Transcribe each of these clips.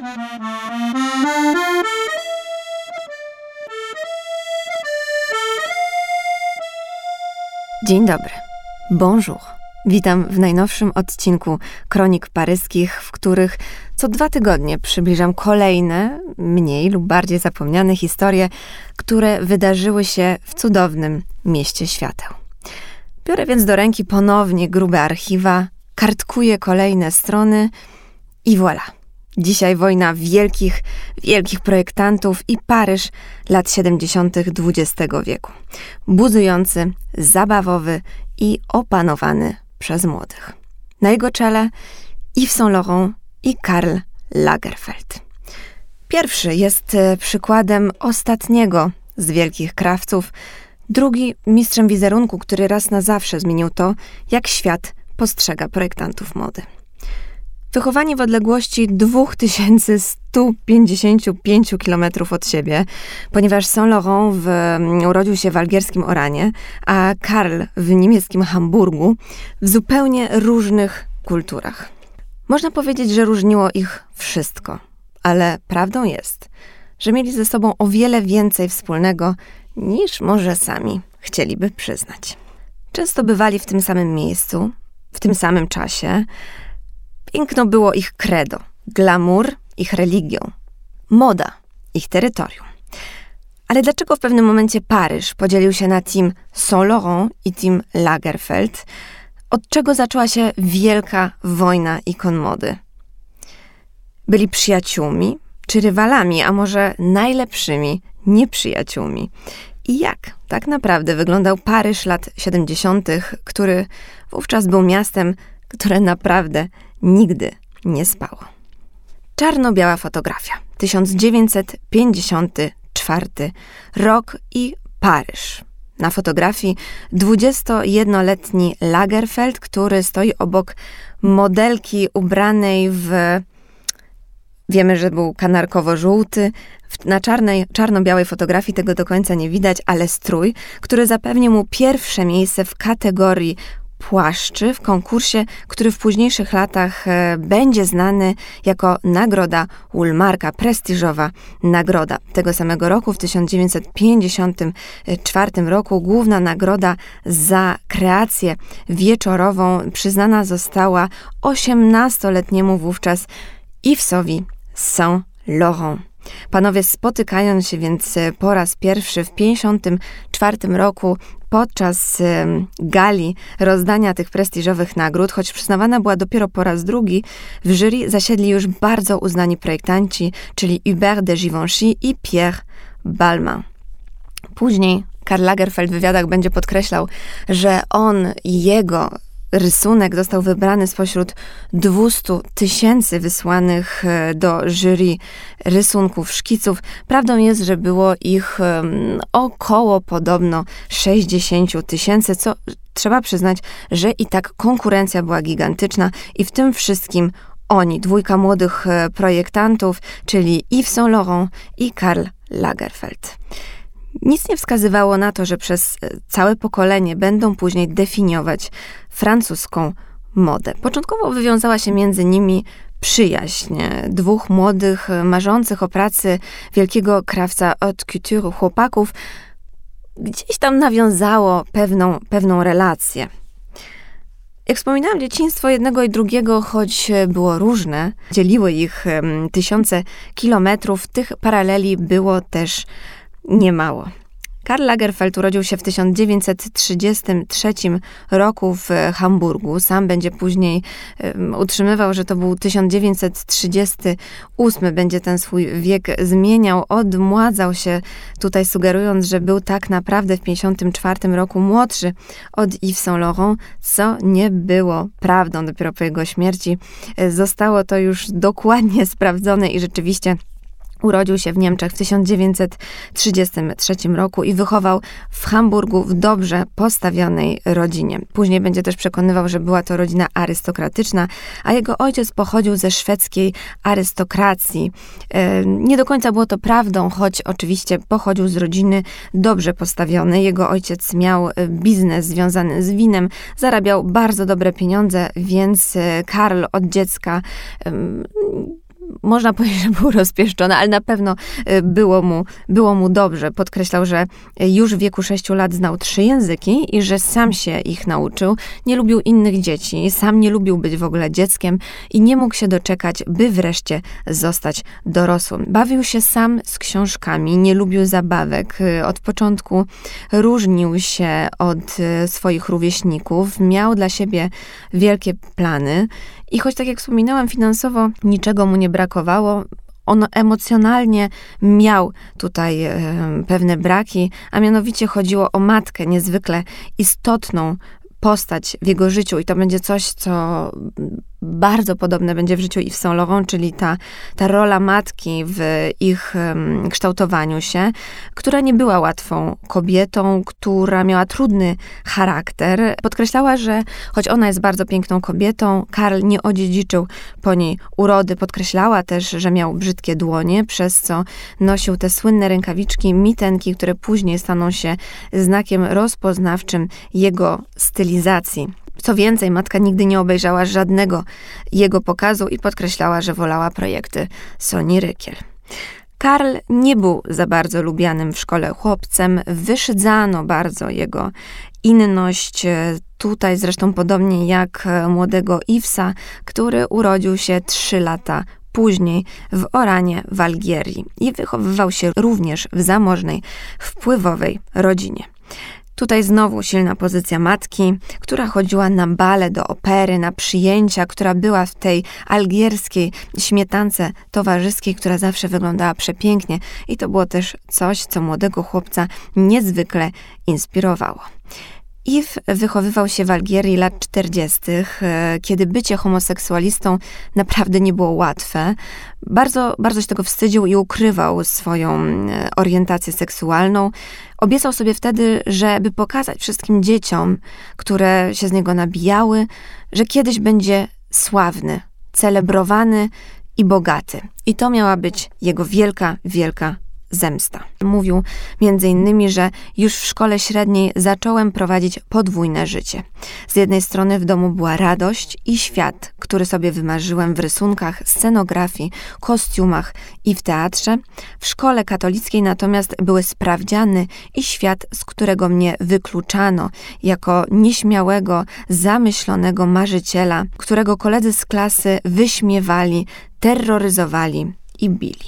Dzień dobry. Bonjour. Witam w najnowszym odcinku Kronik Paryskich, w których co 2 tygodnie przybliżam kolejne, mniej lub bardziej zapomniane historie, które wydarzyły się w cudownym mieście świateł. Biorę więc do ręki ponownie grube archiwa, kartkuję kolejne strony i voilà. Dzisiaj wojna wielkich projektantów i Paryż lat 70. XX wieku. Budujący, zabawowy i opanowany przez młodych. Na jego czele Yves Saint Laurent i Karl Lagerfeld. Pierwszy jest przykładem ostatniego z wielkich krawców, drugi mistrzem wizerunku, który raz na zawsze zmienił to, jak świat postrzega projektantów mody. Wychowani w odległości 2155 km od siebie, ponieważ Saint Laurent urodził się w algierskim Oranie, a Karl w niemieckim Hamburgu, w zupełnie różnych kulturach. Można powiedzieć, że różniło ich wszystko, ale prawdą jest, że mieli ze sobą o wiele więcej wspólnego, niż może sami chcieliby przyznać. Często bywali w tym samym miejscu, w tym samym czasie. Piękno było ich credo, glamour ich religią, moda ich terytorium. Ale dlaczego w pewnym momencie Paryż podzielił się na team Saint Laurent i team Lagerfeld? Od czego zaczęła się wielka wojna ikon mody? Byli przyjaciółmi czy rywalami, a może najlepszymi nieprzyjaciółmi? I jak tak naprawdę wyglądał Paryż lat 70., który wówczas był miastem, które naprawdę nigdy nie spało. Czarno-biała fotografia. 1954 rok i Paryż. Na fotografii 21-letni Lagerfeld, który stoi obok modelki ubranej wiemy, że był kanarkowo-żółty. Na czarno-białej fotografii tego do końca nie widać, ale strój, który zapewnił mu pierwsze miejsce w kategorii płaszczy w konkursie, który w późniejszych latach będzie znany jako Nagroda Woolmarka, prestiżowa nagroda. Tego samego roku, w 1954 roku, główna nagroda za kreację wieczorową przyznana została 18-letniemu wówczas Yvesowi Saint Laurent. Panowie spotykają się więc po raz pierwszy w 1954 roku podczas gali rozdania tych prestiżowych nagród, choć przyznawana była dopiero po raz drugi, w jury zasiedli już bardzo uznani projektanci, czyli Hubert de Givenchy i Pierre Balmain. Później Karl Lagerfeld w wywiadach będzie podkreślał, że on i jego rysunek został wybrany spośród 200 000 wysłanych do jury rysunków, szkiców. Prawdą jest, że było ich około podobno 60 000, co trzeba przyznać, że i tak konkurencja była gigantyczna i w tym wszystkim oni, dwójka młodych projektantów, czyli Yves Saint Laurent i Karl Lagerfeld. Nic nie wskazywało na to, że przez całe pokolenie będą później definiować francuską modę. Początkowo wywiązała się między nimi przyjaźń dwóch młodych, marzących o pracy wielkiego krawca haute couture chłopaków. Gdzieś tam nawiązało pewną relację. Jak wspominałam, dzieciństwo jednego i drugiego, choć było różne, dzieliły ich tysiące kilometrów, tych paraleli było też niemało. Karl Lagerfeld urodził się w 1933 roku w Hamburgu. Sam będzie później utrzymywał, że to był 1938. Będzie ten swój wiek zmieniał. Odmładzał się tutaj, sugerując, że był tak naprawdę w 1954 roku młodszy od Yves Saint Laurent, co nie było prawdą. Dopiero po jego śmierci zostało to już dokładnie sprawdzone i rzeczywiście urodził się w Niemczech w 1933 roku i wychował w Hamburgu w dobrze postawionej rodzinie. Później będzie też przekonywał, że była to rodzina arystokratyczna, a jego ojciec pochodził ze szwedzkiej arystokracji. Nie do końca było to prawdą, choć oczywiście pochodził z rodziny dobrze postawionej. Jego ojciec miał biznes związany z winem, zarabiał bardzo dobre pieniądze, więc Karl od dziecka można powiedzieć, że był rozpieszczony, ale na pewno było mu dobrze. Podkreślał, że już w wieku 6 lat znał 3 języki i że sam się ich nauczył. Nie lubił innych dzieci, sam nie lubił być w ogóle dzieckiem i nie mógł się doczekać, by wreszcie zostać dorosłym. Bawił się sam z książkami, nie lubił zabawek. Od początku różnił się od swoich rówieśników, miał dla siebie wielkie plany i choć, tak jak wspominałam, finansowo niczego mu nie brakowało, on emocjonalnie miał tutaj pewne braki, a mianowicie chodziło o matkę, niezwykle istotną postać w jego życiu i to będzie coś, co bardzo podobne będzie w życiu Yves Saint Laurent, czyli ta rola matki w ich kształtowaniu się, która nie była łatwą kobietą, która miała trudny charakter. Podkreślała, że choć ona jest bardzo piękną kobietą, Karl nie odziedziczył po niej urody. Podkreślała też, że miał brzydkie dłonie, przez co nosił te słynne rękawiczki, mitenki, które później staną się znakiem rozpoznawczym jego stylizacji. Co więcej, matka nigdy nie obejrzała żadnego jego pokazu i podkreślała, że wolała projekty Soni Rykiel. Karl nie był za bardzo lubianym w szkole chłopcem, wyszydzano bardzo jego inność. Tutaj zresztą podobnie jak młodego Yvesa, który urodził się 3 lata później w Oranie w Algierii i wychowywał się również w zamożnej, wpływowej rodzinie. Tutaj znowu silna pozycja matki, która chodziła na bale, do opery, na przyjęcia, która była w tej algierskiej śmietance towarzyskiej, która zawsze wyglądała przepięknie i to było też coś, co młodego chłopca niezwykle inspirowało. Yves wychowywał się w Algierii lat 40., kiedy bycie homoseksualistą naprawdę nie było łatwe. Bardzo, bardzo się tego wstydził i ukrywał swoją orientację seksualną. Obiecał sobie wtedy, żeby pokazać wszystkim dzieciom, które się z niego nabijały, że kiedyś będzie sławny, celebrowany i bogaty. I to miała być jego wielka, wielka zemsta. Mówił między innymi, że już w szkole średniej zacząłem prowadzić podwójne życie. Z jednej strony w domu była radość i świat, który sobie wymarzyłem w rysunkach, scenografii, kostiumach i w teatrze. W szkole katolickiej natomiast były sprawdziany i świat, z którego mnie wykluczano jako nieśmiałego, zamyślonego marzyciela, którego koledzy z klasy wyśmiewali, terroryzowali i bili.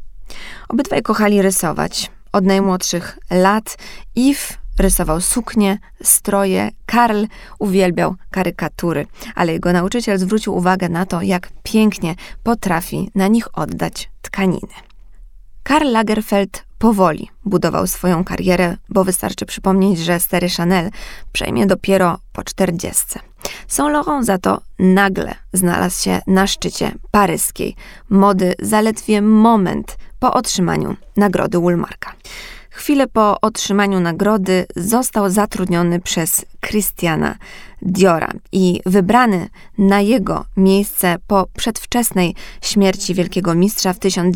Obydwaj kochali rysować. Od najmłodszych lat Yves rysował suknie, stroje, Karl uwielbiał karykatury, ale jego nauczyciel zwrócił uwagę na to, jak pięknie potrafi na nich oddać tkaniny. Karl Lagerfeld powoli budował swoją karierę, bo wystarczy przypomnieć, że stery Chanel przejmie dopiero po 40. Saint Laurent za to nagle znalazł się na szczycie paryskiej mody zaledwie moment po otrzymaniu nagrody Woolmarka. Chwilę po otrzymaniu nagrody został zatrudniony przez Christiana Diora i wybrany na jego miejsce po przedwczesnej śmierci wielkiego mistrza w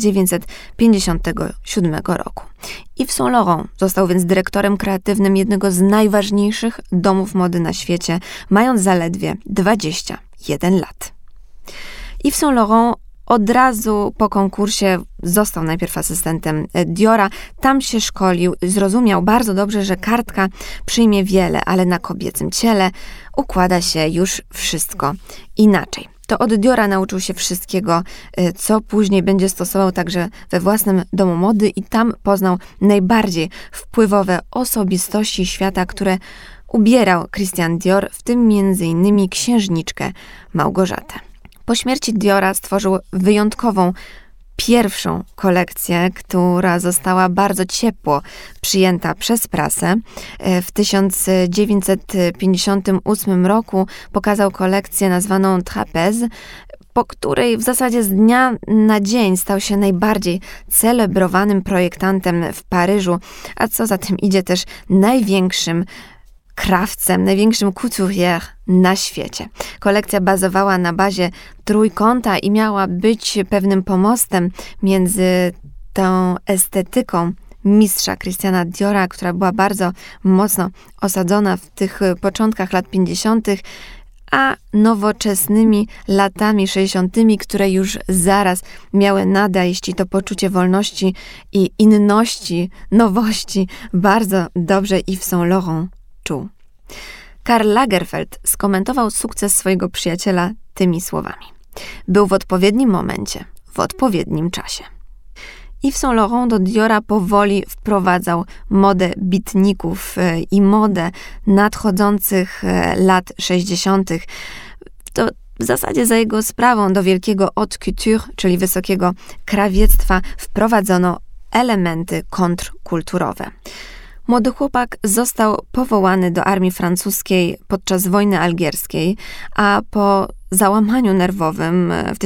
1957 roku. Yves Saint Laurent został więc dyrektorem kreatywnym jednego z najważniejszych domów mody na świecie, mając zaledwie 21 lat. Yves Saint Laurent od razu po konkursie został najpierw asystentem Diora. Tam się szkolił, zrozumiał bardzo dobrze, że kartka przyjmie wiele, ale na kobiecym ciele układa się już wszystko inaczej. To od Diora nauczył się wszystkiego, co później będzie stosował także we własnym domu mody i tam poznał najbardziej wpływowe osobistości świata, które ubierał Christian Dior, w tym m.in. księżniczkę Małgorzatę. Po śmierci Diora stworzył wyjątkową pierwszą kolekcję, która została bardzo ciepło przyjęta przez prasę. W 1958 roku pokazał kolekcję nazwaną Trapez, po której w zasadzie z dnia na dzień stał się najbardziej celebrowanym projektantem w Paryżu, a co za tym idzie też największym krawcem, największym couturier na świecie. Kolekcja bazowała na bazie trójkąta i miała być pewnym pomostem między tą estetyką mistrza Christiana Diora, która była bardzo mocno osadzona w tych początkach lat 50., a nowoczesnymi latami 60., które już zaraz miały nadejść i to poczucie wolności i inności, nowości bardzo dobrze Yves Saint Laurent czuł. Karl Lagerfeld skomentował sukces swojego przyjaciela tymi słowami. Był w odpowiednim momencie, w odpowiednim czasie. Yves Saint Laurent do Diora powoli wprowadzał modę bitników i modę nadchodzących lat 60. To w zasadzie za jego sprawą do wielkiego haute couture, czyli wysokiego krawiectwa, wprowadzono elementy kontrkulturowe. Młody chłopak został powołany do armii francuskiej podczas wojny algierskiej, a po załamaniu nerwowym w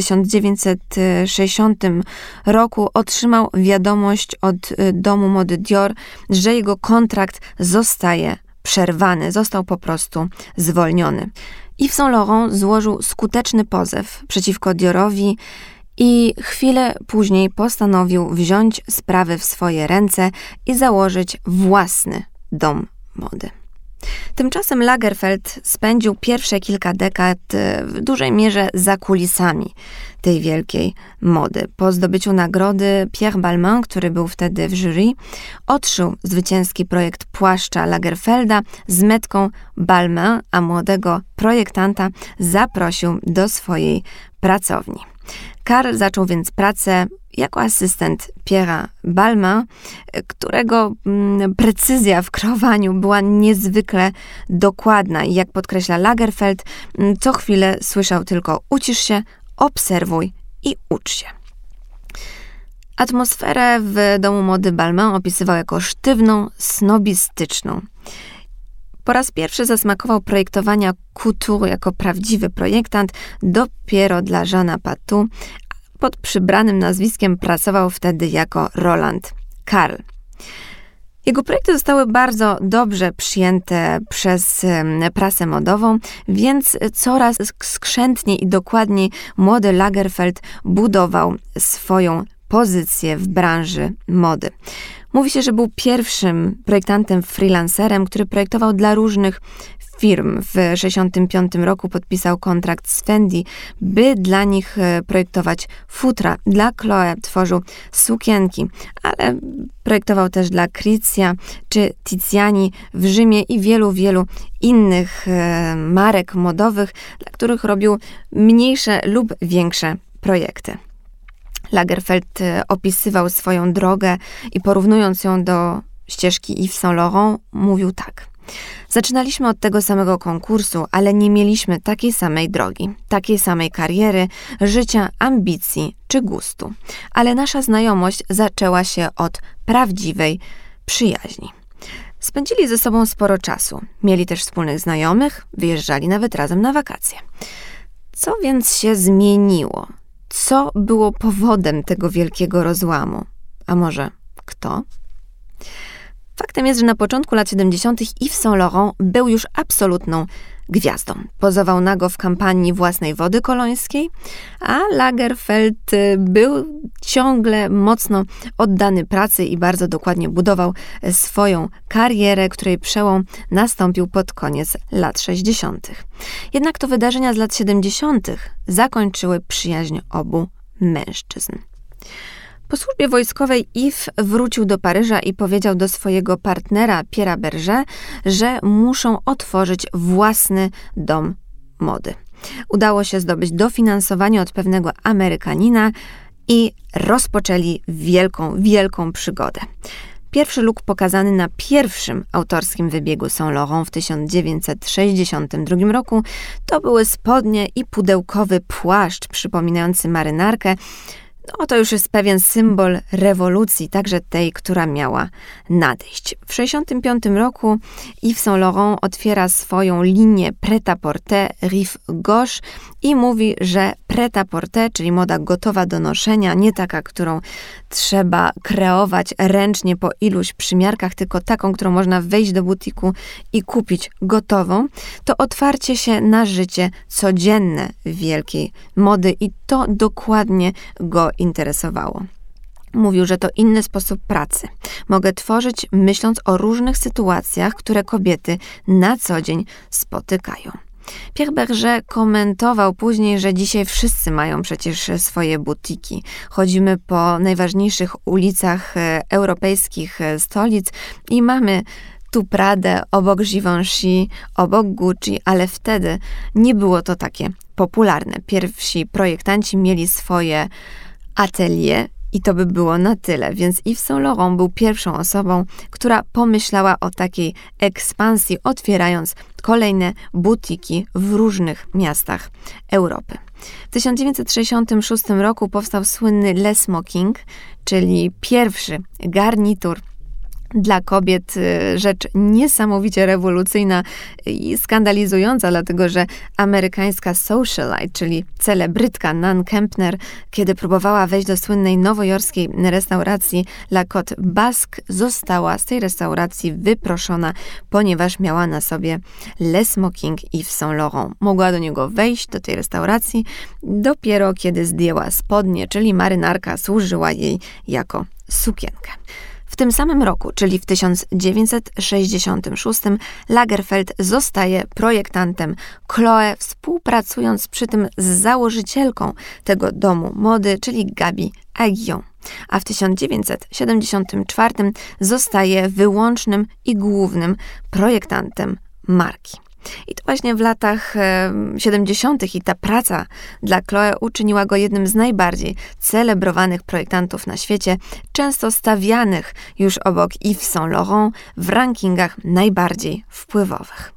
1960 roku otrzymał wiadomość od domu mody Dior, że jego kontrakt zostaje przerwany, został po prostu zwolniony. Yves Saint Laurent złożył skuteczny pozew przeciwko Diorowi i chwilę później postanowił wziąć sprawy w swoje ręce i założyć własny dom mody. Tymczasem Lagerfeld spędził pierwsze kilka dekad w dużej mierze za kulisami tej wielkiej mody. Po zdobyciu nagrody Pierre Balmain, który był wtedy w jury, odszył zwycięski projekt płaszcza Lagerfelda z metką Balmain, a młodego projektanta zaprosił do swojej pracowni. Karl zaczął więc pracę jako asystent Pierre'a Balmain, którego precyzja w kreowaniu była niezwykle dokładna i jak podkreśla Lagerfeld, co chwilę słyszał tylko: ucisz się, obserwuj i ucz się. Atmosferę w domu mody Balmain opisywał jako sztywną, snobistyczną. Po raz pierwszy zasmakował projektowania couture jako prawdziwy projektant dopiero dla Jeana Patou. Pod przybranym nazwiskiem pracował wtedy jako Roland Karl. Jego projekty zostały bardzo dobrze przyjęte przez prasę modową, więc coraz skrzętniej i dokładniej młody Lagerfeld budował swoją pozycję w branży mody. Mówi się, że był pierwszym projektantem freelancerem, który projektował dla różnych firm. W 1965 roku podpisał kontrakt z Fendi, by dla nich projektować futra. Dla Chloe tworzył sukienki, ale projektował też dla Crizia czy Tiziani w Rzymie i wielu innych marek modowych, dla których robił mniejsze lub większe projekty. Lagerfeld opisywał swoją drogę i porównując ją do ścieżki Yves Saint Laurent, mówił tak. Zaczynaliśmy od tego samego konkursu, ale nie mieliśmy takiej samej drogi, takiej samej kariery, życia, ambicji czy gustu. Ale nasza znajomość zaczęła się od prawdziwej przyjaźni. Spędzili ze sobą sporo czasu, mieli też wspólnych znajomych, wyjeżdżali nawet razem na wakacje. Co więc się zmieniło? Co było powodem tego wielkiego rozłamu? A może kto? Faktem jest, że na początku lat 70. Yves Saint Laurent był już absolutną gwiazdą. Pozował nago w kampanii własnej wody kolońskiej, a Lagerfeld był ciągle mocno oddany pracy i bardzo dokładnie budował swoją karierę, której przełom nastąpił pod koniec lat 60. Jednak to wydarzenia z lat 70. zakończyły przyjaźń obu mężczyzn. Po służbie wojskowej Yves wrócił do Paryża i powiedział do swojego partnera Pierre'a Berger, że muszą otworzyć własny dom mody. Udało się zdobyć dofinansowanie od pewnego Amerykanina i rozpoczęli wielką przygodę. Pierwszy look pokazany na pierwszym autorskim wybiegu Saint Laurent w 1962 roku to były spodnie i pudełkowy płaszcz przypominający marynarkę. No, to już jest pewien symbol rewolucji, także tej, która miała nadejść. W 1965 roku Yves Saint Laurent otwiera swoją linię prêt-à-porter Rive Gauche i mówi, że prêt-à-porter, czyli moda gotowa do noszenia, nie taka, którą trzeba kreować ręcznie po iluś przymiarkach, tylko taką, którą można wejść do butiku i kupić gotową, to otwarcie się na życie codzienne wielkiej mody i to dokładnie go interesowało. Mówił, że to inny sposób pracy. Mogę tworzyć, myśląc o różnych sytuacjach, które kobiety na co dzień spotykają. Pierre Berger komentował później, że dzisiaj wszyscy mają przecież swoje butiki. Chodzimy po najważniejszych ulicach europejskich stolic i mamy tu Pradę, obok Givenchy, obok Gucci, ale wtedy nie było to takie popularne. Pierwsi projektanci mieli swoje atelier i to by było na tyle, więc Yves Saint Laurent był pierwszą osobą, która pomyślała o takiej ekspansji, otwierając kolejne butiki w różnych miastach Europy. W 1966 roku powstał słynny Le Smoking, czyli pierwszy garnitur dla kobiet, rzecz niesamowicie rewolucyjna i skandalizująca, dlatego że amerykańska socialite, czyli celebrytka Nan Kempner, kiedy próbowała wejść do słynnej nowojorskiej restauracji La Côte Basque, została z tej restauracji wyproszona, ponieważ miała na sobie Le Smoking Yves Saint Laurent. Mogła do niego wejść, do tej restauracji, dopiero kiedy zdjęła spodnie, czyli marynarka służyła jej jako sukienkę. W tym samym roku, czyli w 1966, Lagerfeld zostaje projektantem Chloé, współpracując przy tym z założycielką tego domu mody, czyli Gabi Aguillon. A w 1974 zostaje wyłącznym i głównym projektantem marki. I to właśnie w latach 70. i ta praca dla Chloé uczyniła go jednym z najbardziej celebrowanych projektantów na świecie, często stawianych już obok Yves Saint Laurent w rankingach najbardziej wpływowych.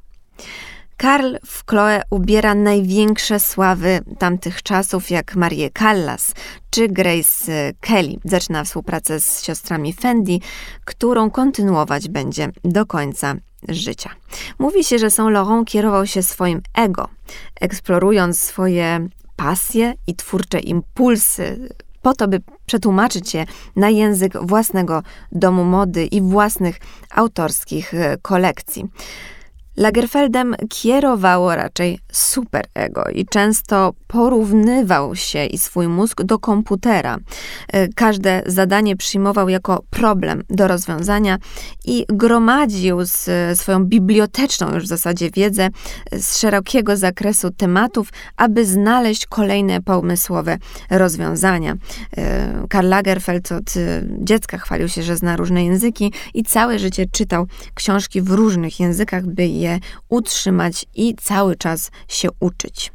Karl w Chloé ubiera największe sławy tamtych czasów, jak Marię Callas czy Grace Kelly. Zaczyna współpracę z siostrami Fendi, którą kontynuować będzie do końca życia. Mówi się, że Saint Laurent kierował się swoim ego, eksplorując swoje pasje i twórcze impulsy, po to, by przetłumaczyć je na język własnego domu mody i własnych autorskich kolekcji. Lagerfeldem kierowało raczej superego i często porównywał się i swój mózg do komputera. Każde zadanie przyjmował jako problem do rozwiązania i gromadził swoją biblioteczną już w zasadzie wiedzę z szerokiego zakresu tematów, aby znaleźć kolejne pomysłowe rozwiązania. Karl Lagerfeld od dziecka chwalił się, że zna różne języki i całe życie czytał książki w różnych językach, by je utrzymać i cały czas się uczyć.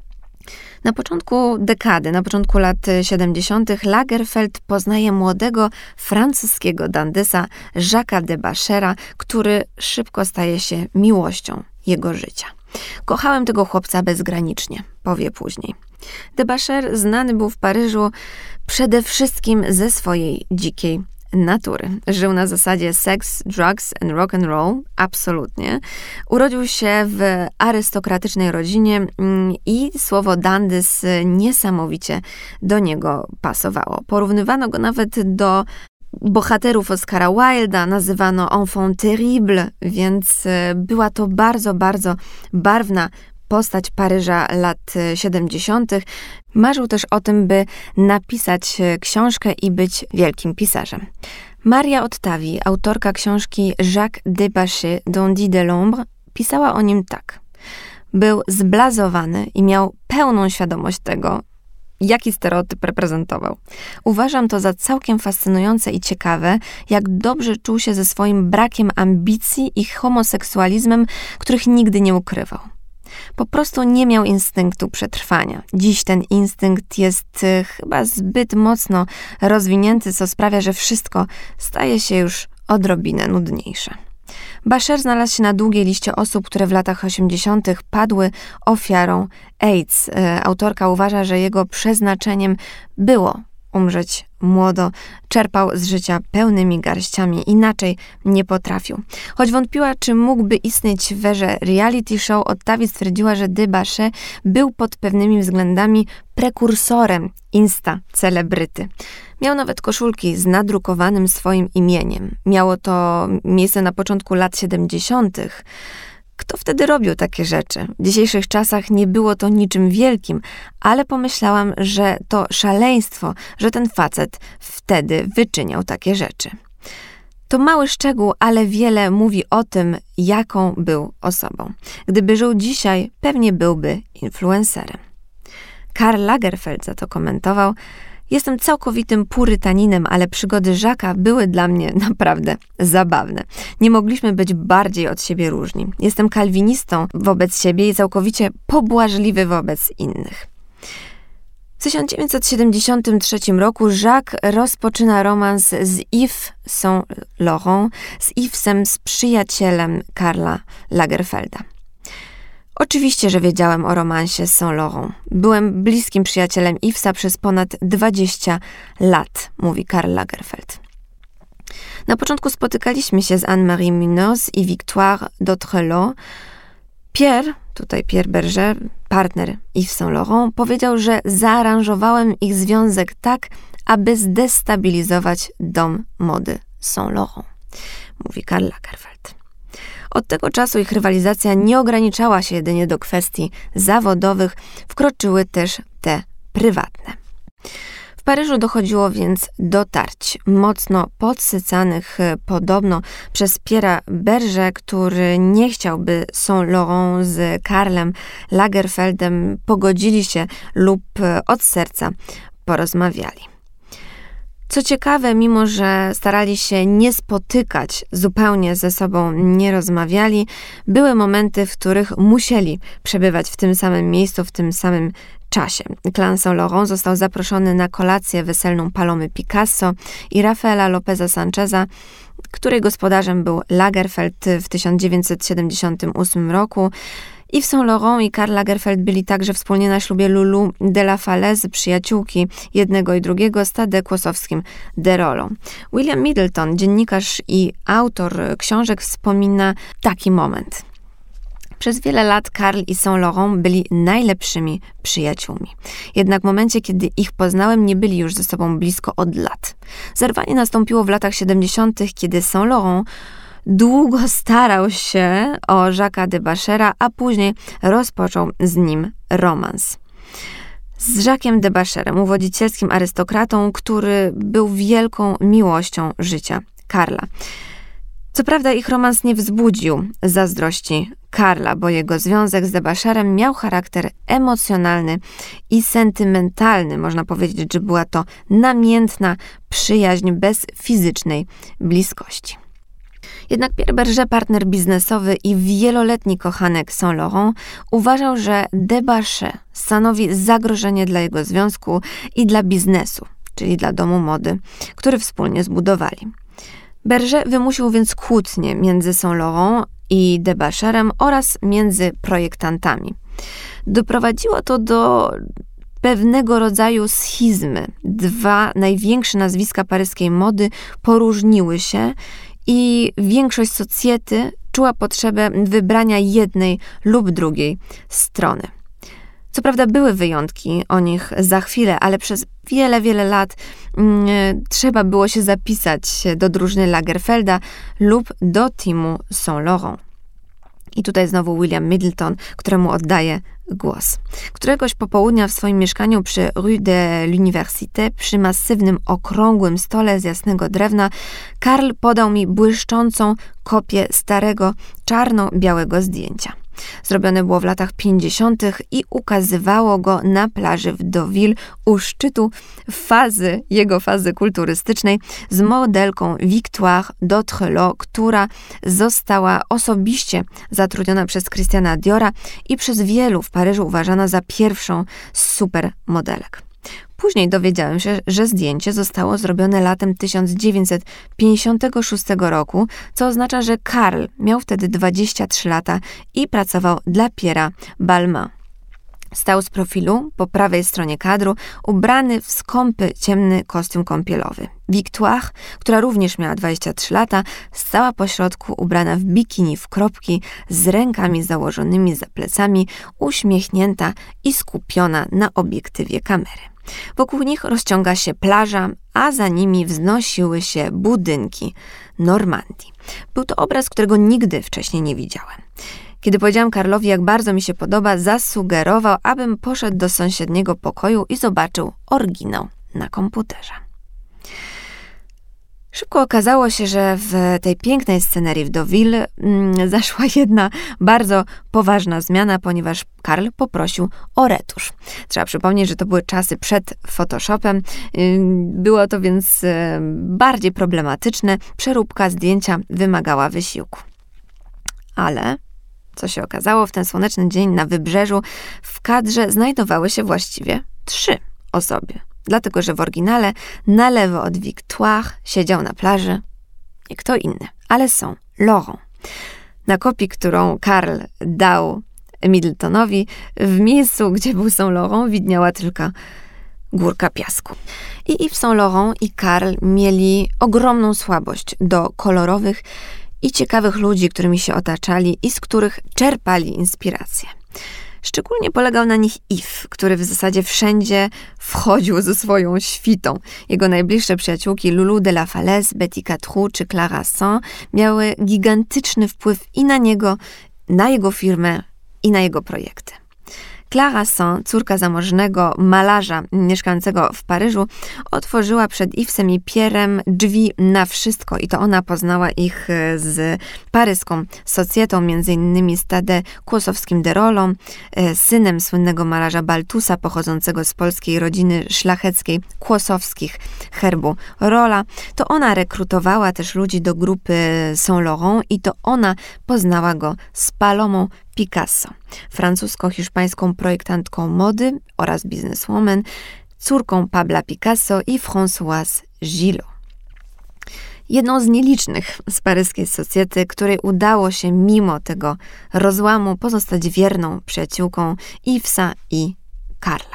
Na początku dekady, na początku lat 70. Lagerfeld poznaje młodego francuskiego dandysa Jacques'a de Bachera, który szybko staje się miłością jego życia. Kochałem tego chłopca bezgranicznie, powie później. De Bacher znany był w Paryżu przede wszystkim ze swojej dzikiej natury. Żył na zasadzie sex, drugs and rock and roll, absolutnie. Urodził się w arystokratycznej rodzinie i słowo dandys niesamowicie do niego pasowało. Porównywano go nawet do bohaterów Oscara Wilda, nazywano enfant terrible, więc była to bardzo, bardzo barwna postać Paryża lat 70. Marzył też o tym, by napisać książkę i być wielkim pisarzem. Maria Ottavi, autorka książki Jacques de Bacher, Dandy de l'Ombre, pisała o nim tak. Był zblazowany i miał pełną świadomość tego, jaki stereotyp reprezentował. Uważam to za całkiem fascynujące i ciekawe, jak dobrze czuł się ze swoim brakiem ambicji i homoseksualizmem, których nigdy nie ukrywał. Po prostu nie miał instynktu przetrwania. Dziś ten instynkt jest chyba zbyt mocno rozwinięty, co sprawia, że wszystko staje się już odrobinę nudniejsze. Bacher znalazł się na długiej liście osób, które w latach 80. padły ofiarą AIDS. Autorka uważa, że jego przeznaczeniem było umrzeć młodo, czerpał z życia pełnymi garściami, inaczej nie potrafił. Choć wątpiła, czy mógłby istnieć w erze reality show, Ottavi stwierdziła, że de Bacher był pod pewnymi względami prekursorem insta-celebryty. Miał nawet koszulki z nadrukowanym swoim imieniem. Miało to miejsce na początku lat 70. Kto wtedy robił takie rzeczy? W dzisiejszych czasach nie było to niczym wielkim, ale pomyślałam, że to szaleństwo, że ten facet wtedy wyczyniał takie rzeczy. To mały szczegół, ale wiele mówi o tym, jaką był osobą. Gdyby żył dzisiaj, pewnie byłby influencerem. Karl Lagerfeld za to komentował: jestem całkowitym purytaninem, ale przygody Jacques'a były dla mnie naprawdę zabawne. Nie mogliśmy być bardziej od siebie różni. Jestem kalwinistą wobec siebie i całkowicie pobłażliwy wobec innych. W 1973 roku Jacques rozpoczyna romans z Yves Saint Laurent, z Yvesem, z przyjacielem Karla Lagerfelda. Oczywiście, że wiedziałem o romansie z Saint Laurent. Byłem bliskim przyjacielem Yvesa przez ponad 20 lat, mówi Karl Lagerfeld. Na początku spotykaliśmy się z Anne-Marie Munoz i Victoire d'Autrelot. Pierre Berger, partner Yves Saint Laurent, powiedział, że zaaranżowałem ich związek tak, aby zdestabilizować dom mody Saint Laurent, mówi Karl Lagerfeld. Od tego czasu ich rywalizacja nie ograniczała się jedynie do kwestii zawodowych, wkroczyły też te prywatne. W Paryżu dochodziło więc do tarć, mocno podsycanych podobno przez Pierre'a Berger, który nie chciał, by Saint Laurent z Karlem Lagerfeldem pogodzili się lub od serca porozmawiali. Co ciekawe, mimo że starali się nie spotykać, zupełnie ze sobą nie rozmawiali, były momenty, w których musieli przebywać w tym samym miejscu, w tym samym czasie. Klan Saint Laurent został zaproszony na kolację weselną Palomy Picasso i Rafaela Lopeza Sancheza, której gospodarzem był Lagerfeld w 1978 roku. Yves Saint Laurent i Karl Lagerfeld byli także wspólnie na ślubie Lulu de la Falaise, przyjaciółki jednego i drugiego z Tadem Kłosowskim de Rolą. William Middleton, dziennikarz i autor książek, wspomina taki moment. Przez wiele lat Karl i Saint Laurent byli najlepszymi przyjaciółmi. Jednak w momencie, kiedy ich poznałem, nie byli już ze sobą blisko od lat. Zerwanie nastąpiło w latach 70., kiedy Saint Laurent długo starał się o Jacques'a de Bachera, a później rozpoczął z nim romans. Z Jacques'em de Bacherem, uwodzicielskim arystokratą, który był wielką miłością życia Karla. Co prawda ich romans nie wzbudził zazdrości Karla, bo jego związek z de Bacherem miał charakter emocjonalny i sentymentalny. Można powiedzieć, że była to namiętna przyjaźń bez fizycznej bliskości. Jednak Pierre Berger, partner biznesowy i wieloletni kochanek Saint Laurent, uważał, że de Bacher stanowi zagrożenie dla jego związku i dla biznesu, czyli dla domu mody, który wspólnie zbudowali. Berger wymusił więc kłótnię między Saint Laurent i de Bacherem oraz między projektantami. Doprowadziło to do pewnego rodzaju schizmy. Dwa największe nazwiska paryskiej mody poróżniły się i większość socjety czuła potrzebę wybrania jednej lub drugiej strony. Co prawda były wyjątki, o nich za chwilę, ale przez wiele lat trzeba było się zapisać do drużyny Lagerfelda lub do teamu Saint Laurent. I tutaj znowu William Middleton, któremu oddaję głos. Któregoś popołudnia w swoim mieszkaniu przy Rue de l'Université, przy masywnym, okrągłym stole z jasnego drewna, Karl podał mi błyszczącą kopię starego, czarno-białego zdjęcia. Zrobione było w latach 50. i ukazywało go na plaży w Deauville u szczytu jego fazy kulturystycznej z modelką Victoire d'Autrelot, która została osobiście zatrudniona przez Christiana Diora i przez wielu w Paryżu uważana za pierwszą z supermodelek. Później dowiedziałem się, że zdjęcie zostało zrobione latem 1956 roku, co oznacza, że Karl miał wtedy 23 lata i pracował dla Pierre'a Balmain. Stał z profilu po prawej stronie kadru, ubrany w skąpy, ciemny kostium kąpielowy. Victoire, która również miała 23 lata, stała pośrodku ubrana w bikini w kropki, z rękami założonymi za plecami, uśmiechnięta i skupiona na obiektywie kamery. Wokół nich rozciąga się plaża, a za nimi wznosiły się budynki Normandii. Był to obraz, którego nigdy wcześniej nie widziałem. Kiedy powiedziałam Karlowi, jak bardzo mi się podoba, zasugerował, abym poszedł do sąsiedniego pokoju i zobaczył oryginał na komputerze. Szybko okazało się, że w tej pięknej scenerii w Deauville zaszła jedna bardzo poważna zmiana, ponieważ Karl poprosił o retusz. Trzeba przypomnieć, że to były czasy przed Photoshopem. Było to więc bardziej problematyczne. Przeróbka zdjęcia wymagała wysiłku. Ale co się okazało, w ten słoneczny dzień na wybrzeżu w kadrze znajdowały się właściwie 3 osoby. Dlatego, że w oryginale na lewo od Victoire siedział na plaży nie kto inny, ale Saint-Laurent. Na kopii, którą Karl dał Middletonowi, w miejscu, gdzie był Saint-Laurent, widniała tylko górka piasku. I Yves Saint-Laurent i Karl mieli ogromną słabość do kolorowych i ciekawych ludzi, którymi się otaczali i z których czerpali inspirację. Szczególnie polegał na nich Yves, który w zasadzie wszędzie wchodził ze swoją świtą. Jego najbliższe przyjaciółki Loulou de la Falaise, Betty Catrou czy Clara Sand miały gigantyczny wpływ i na niego, na jego firmę i na jego projekty. Clara Sand, córka zamożnego malarza mieszkającego w Paryżu, otworzyła przed Yvesem i Pierrem drzwi na wszystko i to ona poznała ich z paryską socjetą, m.in. z Tadeuszem Kłosowskim de Rolą, synem słynnego malarza Baltusa, pochodzącego z polskiej rodziny szlacheckiej Kłosowskich herbu Rola. To ona rekrutowała też ludzi do grupy Saint-Laurent i to ona poznała go z Palomą Picasso, francusko-hiszpańską projektantką mody oraz bizneswoman, córką Pabla Picasso i Françoise Gillot. Jedną z nielicznych z paryskiej socjety, której udało się mimo tego rozłamu pozostać wierną przyjaciółką Yvesa i Karla.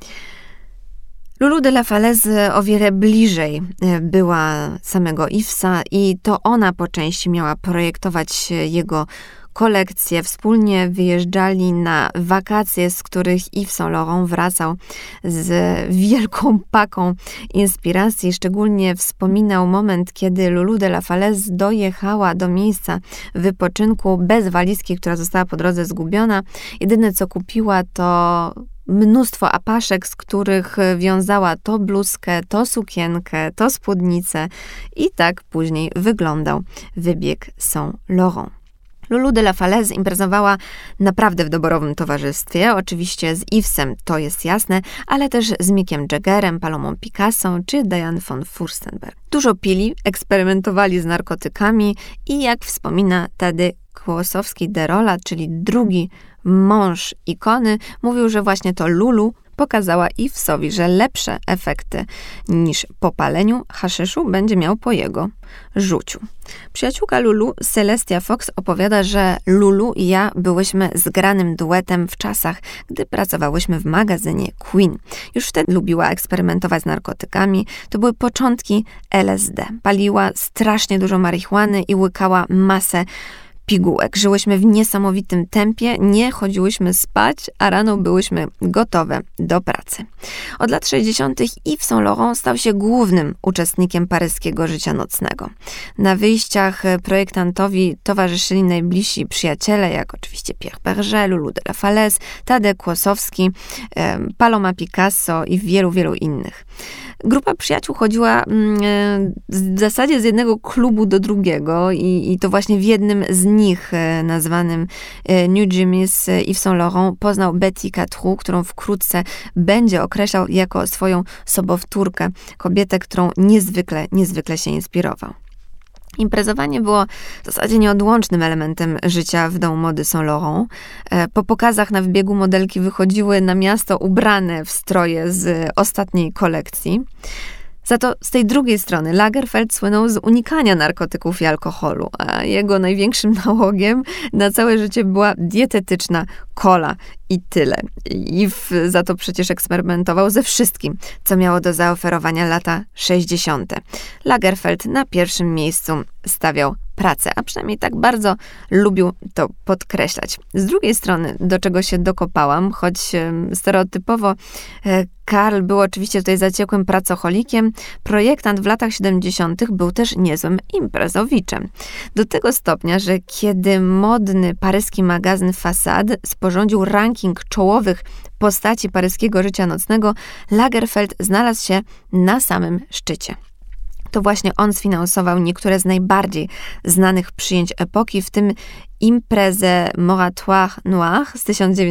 Loulou de la Falaise o wiele bliżej była samego Yvesa i to ona po części miała projektować jego kolekcje. Wspólnie wyjeżdżali na wakacje, z których Yves Saint-Laurent wracał z wielką paką inspiracji. Szczególnie wspominał moment, kiedy Loulou de la Falaise dojechała do miejsca wypoczynku bez walizki, która została po drodze zgubiona. Jedyne, co kupiła, to mnóstwo apaszek, z których wiązała to bluzkę, to sukienkę, to spódnicę i tak później wyglądał wybieg Saint-Laurent. Loulou de la Falaise imprezowała naprawdę w doborowym towarzystwie, oczywiście z Yvesem, to jest jasne, ale też z Mickiem Jaggerem, Palomą Picasso czy Diane von Furstenberg. Dużo pili, eksperymentowali z narkotykami i jak wspomina Tadeusz Kłosowski de Rola, czyli drugi mąż ikony, mówił, że właśnie to Loulou pokazała Yvesowi, że lepsze efekty niż po paleniu haszyszu będzie miał po jego rzuciu. Przyjaciółka Loulou, Celestia Fox, opowiada, że Loulou i ja byłyśmy zgranym duetem w czasach, gdy pracowałyśmy w magazynie Queen. Już wtedy lubiła eksperymentować z narkotykami. To były początki LSD. Paliła strasznie dużo marihuany i łykała masę pigułek. Żyłyśmy w niesamowitym tempie, nie chodziłyśmy spać, a rano byłyśmy gotowe do pracy. Od lat 60. Yves Saint-Laurent stał się głównym uczestnikiem paryskiego życia nocnego. Na wyjściach projektantowi towarzyszyli najbliżsi przyjaciele, jak oczywiście Pierre Berger, Loulou de la Falaise, Tadeusz Kłosowski, Paloma Picasso i wielu innych. Grupa przyjaciół chodziła w zasadzie z jednego klubu do drugiego i to właśnie w jednym z nich, nazwanym New Jimmy's, Yves Saint-Laurent poznał Betty Catrou, którą wkrótce będzie określał jako swoją sobowtórkę, kobietę, którą niezwykle się inspirował. Imprezowanie było w zasadzie nieodłącznym elementem życia w domu mody Saint-Laurent. Po pokazach na wybiegu modelki wychodziły na miasto ubrane w stroje z ostatniej kolekcji. Za to z tej drugiej strony Lagerfeld słynął z unikania narkotyków i alkoholu, a jego największym nałogiem na całe życie była dietetyczna cola i tyle. I za to przecież eksperymentował ze wszystkim, co miało do zaoferowania lata 60. Lagerfeld na pierwszym miejscu stawiał pracę, a przynajmniej tak bardzo lubił to podkreślać. Z drugiej strony, do czego się dokopałam, choć stereotypowo Karl był oczywiście tutaj zaciekłym pracocholikiem, projektant w latach 70. był też niezłym imprezowiczem. Do tego stopnia, że kiedy modny paryski magazyn Façade sporządził ranking czołowych postaci paryskiego życia nocnego, Lagerfeld znalazł się na samym szczycie. To właśnie on sfinansował niektóre z najbardziej znanych przyjęć epoki, w tym imprezę Moratoire Noir z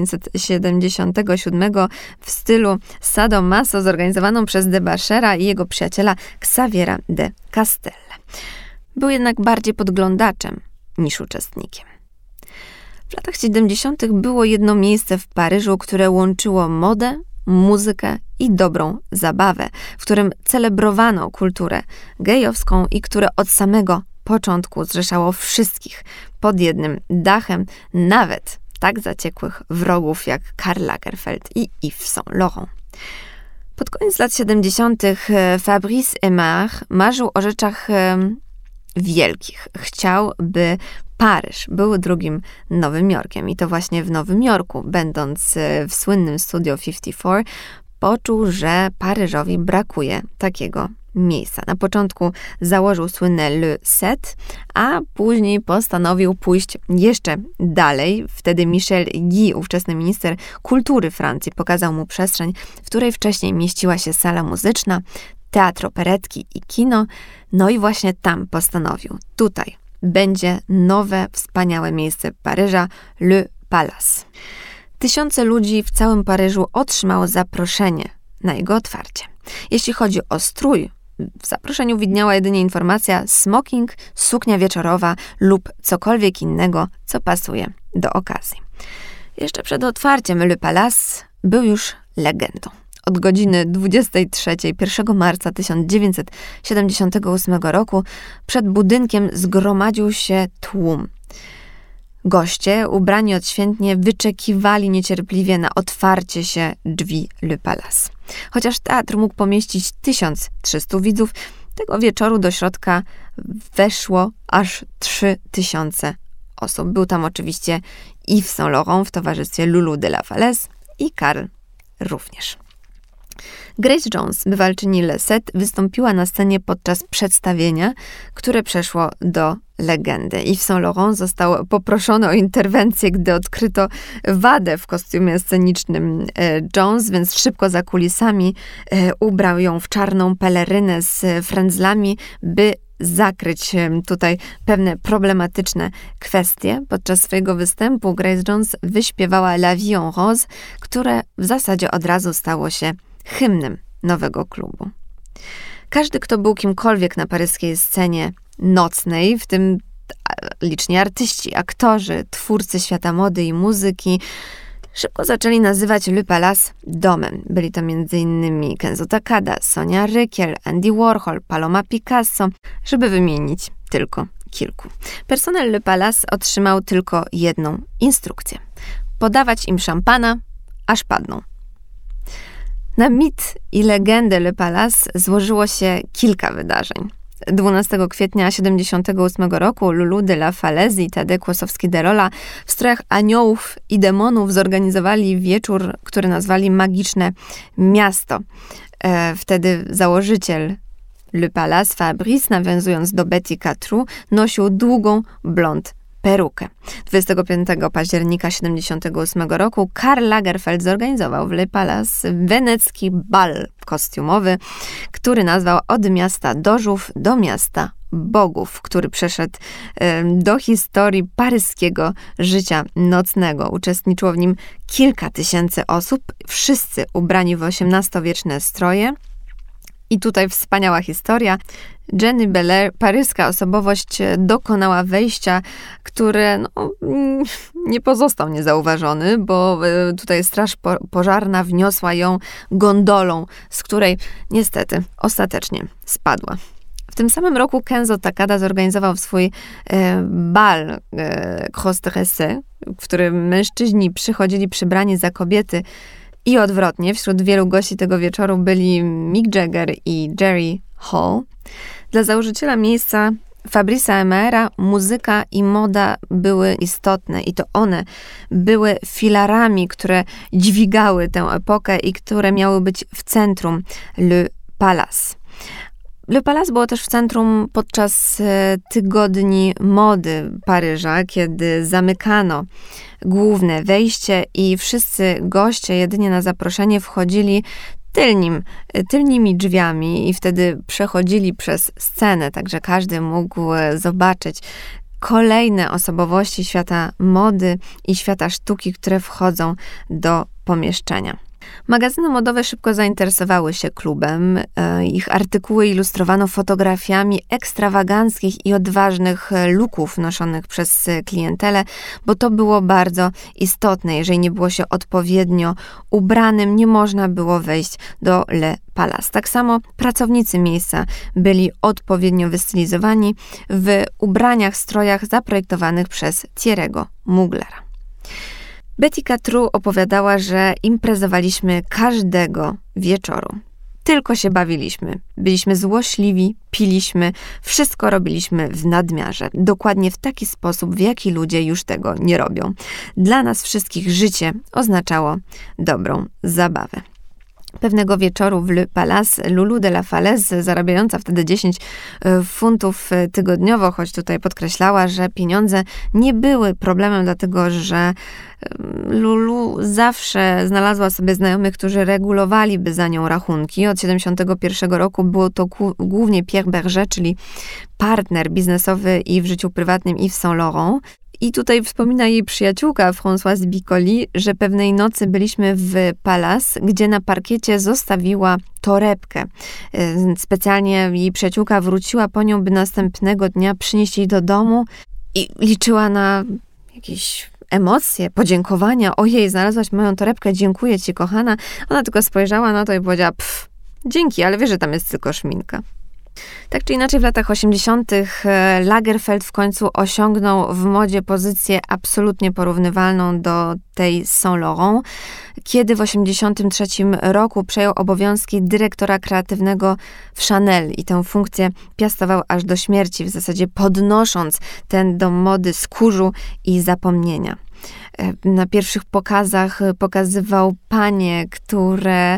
1977 w stylu Sadomaso, zorganizowaną przez Debachera i jego przyjaciela Xaviera de Castelle. Był jednak bardziej podglądaczem niż uczestnikiem. W latach 70. było jedno miejsce w Paryżu, które łączyło modę, muzykę i dobrą zabawę, w którym celebrowano kulturę gejowską i które od samego początku zrzeszało wszystkich pod jednym dachem, nawet tak zaciekłych wrogów jak Karl Lagerfeld i Yves Saint Laurent. Pod koniec lat 70. Fabrice Aimard marzył o rzeczach wielkich. Chciał, by Paryż był drugim Nowym Jorkiem. I to właśnie w Nowym Jorku, będąc w słynnym Studio 54, poczuł, że Paryżowi brakuje takiego miejsca. Na początku założył słynne Le Set, a później postanowił pójść jeszcze dalej. Wtedy Michel Guy, ówczesny minister kultury Francji, pokazał mu przestrzeń, w której wcześniej mieściła się sala muzyczna, teatr operetki i kino. No i właśnie tam postanowił, tutaj będzie nowe, wspaniałe miejsce Paryża, Le Palace. Tysiące ludzi w całym Paryżu otrzymało zaproszenie na jego otwarcie. Jeśli chodzi o strój, w zaproszeniu widniała jedynie informacja smoking, suknia wieczorowa lub cokolwiek innego, co pasuje do okazji. Jeszcze przed otwarciem Le Palace był już legendą. Od godziny 23 1 marca 1978 roku przed budynkiem zgromadził się tłum. Goście, ubrani odświętnie, wyczekiwali niecierpliwie na otwarcie się drzwi Le Palace. Chociaż teatr mógł pomieścić 1300 widzów, tego wieczoru do środka weszło aż 3000 osób. Był tam oczywiście Yves Saint Laurent w towarzystwie Lulu de la Falaise i Karl również. Grace Jones, bywalczyni Le Set, wystąpiła na scenie podczas przedstawienia, które przeszło do legendy. Yves Saint Laurent został poproszony o interwencję, gdy odkryto wadę w kostiumie scenicznym Jones, więc szybko za kulisami ubrał ją w czarną pelerynę z frędzlami, by zakryć tutaj pewne problematyczne kwestie. Podczas swojego występu Grace Jones wyśpiewała La Vie en Rose, które w zasadzie od razu stało się hymnem nowego klubu. Każdy, kto był kimkolwiek na paryskiej scenie nocnej, w tym liczni artyści, aktorzy, twórcy świata mody i muzyki, szybko zaczęli nazywać Le Palace domem. Byli to m.in. Kenzo Takada, Sonia Rykiel, Andy Warhol, Paloma Picasso, żeby wymienić tylko kilku. Personel Le Palace otrzymał tylko jedną instrukcję. Podawać im szampana, aż padną. Na mit i legendę Le Palace złożyło się kilka wydarzeń. 12 kwietnia 1978 roku Lulu de la Falaise i Tadeusz Kłosowski-Derola w strojach aniołów i demonów zorganizowali wieczór, który nazwali Magiczne Miasto. Wtedy założyciel Le Palace, Fabrice, nawiązując do Betty Catrou, nosił długą blond perukę. 25 października 1978 roku Karl Lagerfeld zorganizował w Le Palace wenecki bal kostiumowy, który nazwał Od miasta dożów do miasta bogów, który przeszedł do historii paryskiego życia nocnego. Uczestniczyło w nim kilka tysięcy osób, wszyscy ubrani w XVIII-wieczne stroje. I tutaj wspaniała historia. Jenny Belair, paryska osobowość, dokonała wejścia, które nie pozostał niezauważony, bo tutaj straż pożarna wniosła ją gondolą, z której niestety ostatecznie spadła. W tym samym roku Kenzo Takada zorganizował swój bal cross-dressé, w którym mężczyźni przychodzili przybrani za kobiety i odwrotnie. Wśród wielu gości tego wieczoru byli Mick Jagger i Jerry Hall. Dla założyciela miejsca Fabrice'a Aimarda muzyka i moda były istotne i to one były filarami, które dźwigały tę epokę i które miały być w centrum Le Palace. Le Palace było też w centrum podczas tygodni mody Paryża, kiedy zamykano główne wejście i wszyscy goście jedynie na zaproszenie wchodzili tylnymi drzwiami i wtedy przechodzili przez scenę, także każdy mógł zobaczyć kolejne osobowości świata mody i świata sztuki, które wchodzą do pomieszczenia. Magazyny modowe szybko zainteresowały się klubem. Ich artykuły ilustrowano fotografiami ekstrawaganckich i odważnych looków noszonych przez klientelę, bo to było bardzo istotne. Jeżeli nie było się odpowiednio ubranym, nie można było wejść do Le Palace. Tak samo pracownicy miejsca byli odpowiednio wystylizowani w ubraniach, strojach zaprojektowanych przez Thierry'ego Muglera. Betty Catrou opowiadała, że imprezowaliśmy każdego wieczoru. Tylko się bawiliśmy. Byliśmy złośliwi, piliśmy, wszystko robiliśmy w nadmiarze. Dokładnie w taki sposób, w jaki ludzie już tego nie robią. Dla nas wszystkich życie oznaczało dobrą zabawę. Pewnego wieczoru w Le Palace Lulu de la Falaise, zarabiająca wtedy 10 funtów tygodniowo, choć tutaj podkreślała, że pieniądze nie były problemem, dlatego że Lulu zawsze znalazła sobie znajomych, którzy regulowaliby za nią rachunki. Od 1971 roku było to głównie Pierre Berger, czyli partner biznesowy i w życiu prywatnym Yves Saint Laurent. I tutaj wspomina jej przyjaciółka Françoise Bicoli, że pewnej nocy byliśmy w Palace, gdzie na parkiecie zostawiła torebkę. Specjalnie jej przyjaciółka wróciła po nią, by następnego dnia przynieść jej do domu i liczyła na jakieś emocje, podziękowania. Ojej, znalazłaś moją torebkę, dziękuję ci, kochana. Ona tylko spojrzała na to i powiedziała, dzięki, ale wiesz, że tam jest tylko szminka. Tak czy inaczej w latach 80. Lagerfeld w końcu osiągnął w modzie pozycję absolutnie porównywalną do tej Saint Laurent, kiedy w 1983 roku przejął obowiązki dyrektora kreatywnego w Chanel i tę funkcję piastował aż do śmierci, w zasadzie podnosząc ten dom mody z kurzu i zapomnienia. Na pierwszych pokazach pokazywał panie, które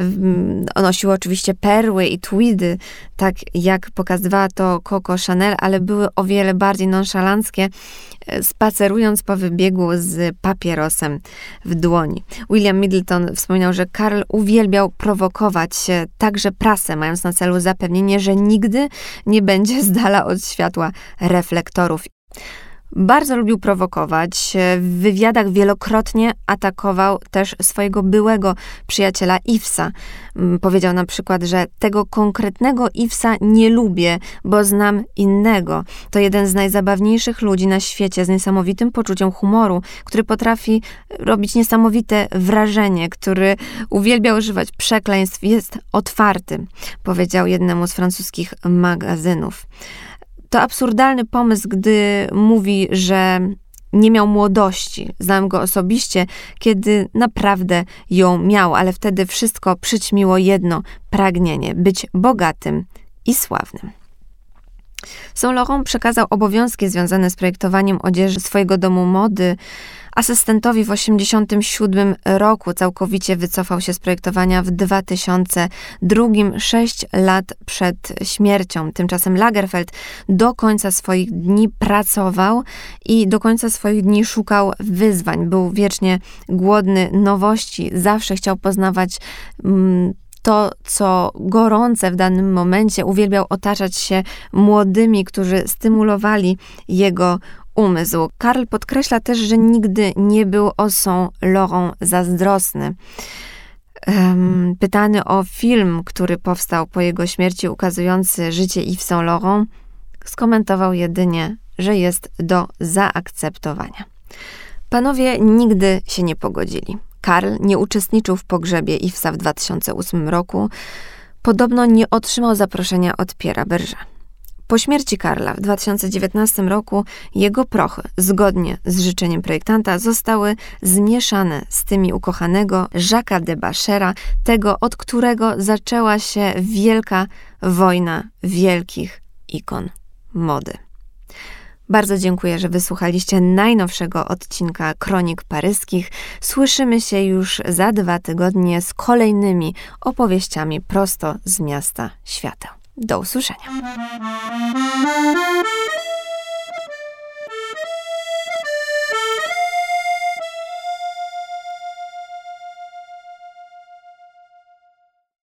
nosiły oczywiście perły i tweedy, tak jak pokazywała to Coco Chanel, ale były o wiele bardziej nonszalanckie, spacerując po wybiegu z papierosem w dłoni. William Middleton wspominał, że Karl uwielbiał prowokować także prasę, mając na celu zapewnienie, że nigdy nie będzie z dala od światła reflektorów. Bardzo lubił prowokować. W wywiadach wielokrotnie atakował też swojego byłego przyjaciela Yvesa. Powiedział na przykład, że tego konkretnego Yvesa nie lubię, bo znam innego. To jeden z najzabawniejszych ludzi na świecie, z niesamowitym poczuciem humoru, który potrafi robić niesamowite wrażenie, który uwielbia używać przekleństw, jest otwarty, powiedział jednemu z francuskich magazynów. To absurdalny pomysł, gdy mówi, że nie miał młodości. Znałem go osobiście, kiedy naprawdę ją miał, ale wtedy wszystko przyćmiło jedno pragnienie – być bogatym i sławnym. Saint Laurent przekazał obowiązki związane z projektowaniem odzieży swojego domu mody asystentowi w 1987 roku. Całkowicie wycofał się z projektowania w 2002, 6 lat przed śmiercią. Tymczasem Lagerfeld do końca swoich dni pracował i do końca swoich dni szukał wyzwań. Był wiecznie głodny nowości, zawsze chciał poznawać to, co gorące w danym momencie. Uwielbiał otaczać się młodymi, którzy stymulowali jego umysł. Karl podkreśla też, że nigdy nie był o Saint Laurent zazdrosny. Pytany o film, który powstał po jego śmierci, ukazujący życie Yves Saint Laurent, skomentował jedynie, że jest do zaakceptowania. Panowie nigdy się nie pogodzili. Karl nie uczestniczył w pogrzebie Yvesa w 2008 roku. Podobno nie otrzymał zaproszenia od Pierre'a Bergera. Po śmierci Karla w 2019 roku jego prochy, zgodnie z życzeniem projektanta, zostały zmieszane z tymi ukochanego Jacques'a de Bachera, tego, od którego zaczęła się wielka wojna wielkich ikon mody. Bardzo dziękuję, że wysłuchaliście najnowszego odcinka Kronik Paryskich. Słyszymy się już za 2 tygodnie z kolejnymi opowieściami prosto z miasta świata. Do usłyszenia.